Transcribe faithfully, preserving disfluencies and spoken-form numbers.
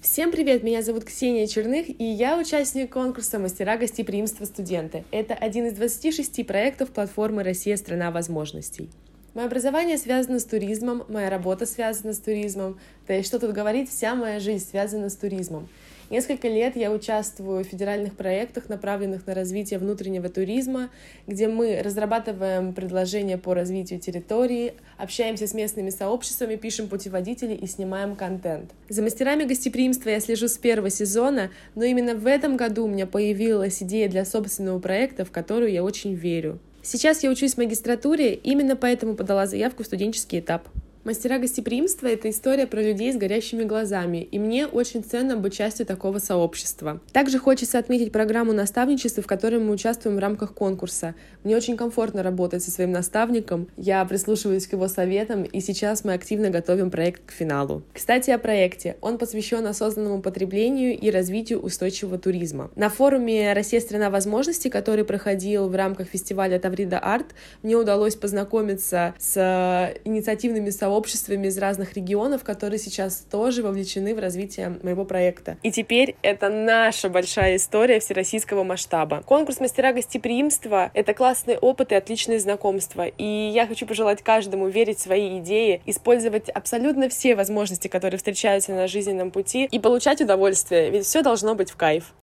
Всем привет, меня зовут Ксения Черных, и я участник конкурса «Мастера гостеприимства студенты». Это один из двадцати шести проектов платформы «Россия – страна возможностей». Мое образование связано с туризмом, моя работа связана с туризмом, да и что тут говорить, вся моя жизнь связана с туризмом. Несколько лет я участвую в федеральных проектах, направленных на развитие внутреннего туризма, где мы разрабатываем предложения по развитию территории, общаемся с местными сообществами, пишем путеводители и снимаем контент. За мастерами гостеприимства я слежу с первого сезона, но именно в этом году у меня появилась идея для собственного проекта, в которую я очень верю. Сейчас я учусь в магистратуре, именно поэтому подала заявку в студенческий этап. «Мастера гостеприимства» — это история про людей с горящими глазами, и мне очень ценно быть частью такого сообщества. Также хочется отметить программу наставничества, в которой мы участвуем в рамках конкурса. Мне очень комфортно работать со своим наставником, я прислушиваюсь к его советам, и сейчас мы активно готовим проект к финалу. Кстати, о проекте. Он посвящен осознанному потреблению и развитию устойчивого туризма. На форуме «Россия – страна возможностей», который проходил в рамках фестиваля Таврида Арт, мне удалось познакомиться с инициативными сообществами, обществами из разных регионов, которые сейчас тоже вовлечены в развитие моего проекта. И теперь это наша большая история всероссийского масштаба. Конкурс «Мастера гостеприимства» — это классный опыт и отличные знакомства. И я хочу пожелать каждому верить в свои идеи, использовать абсолютно все возможности, которые встречаются на жизненном пути, и получать удовольствие, ведь все должно быть в кайф.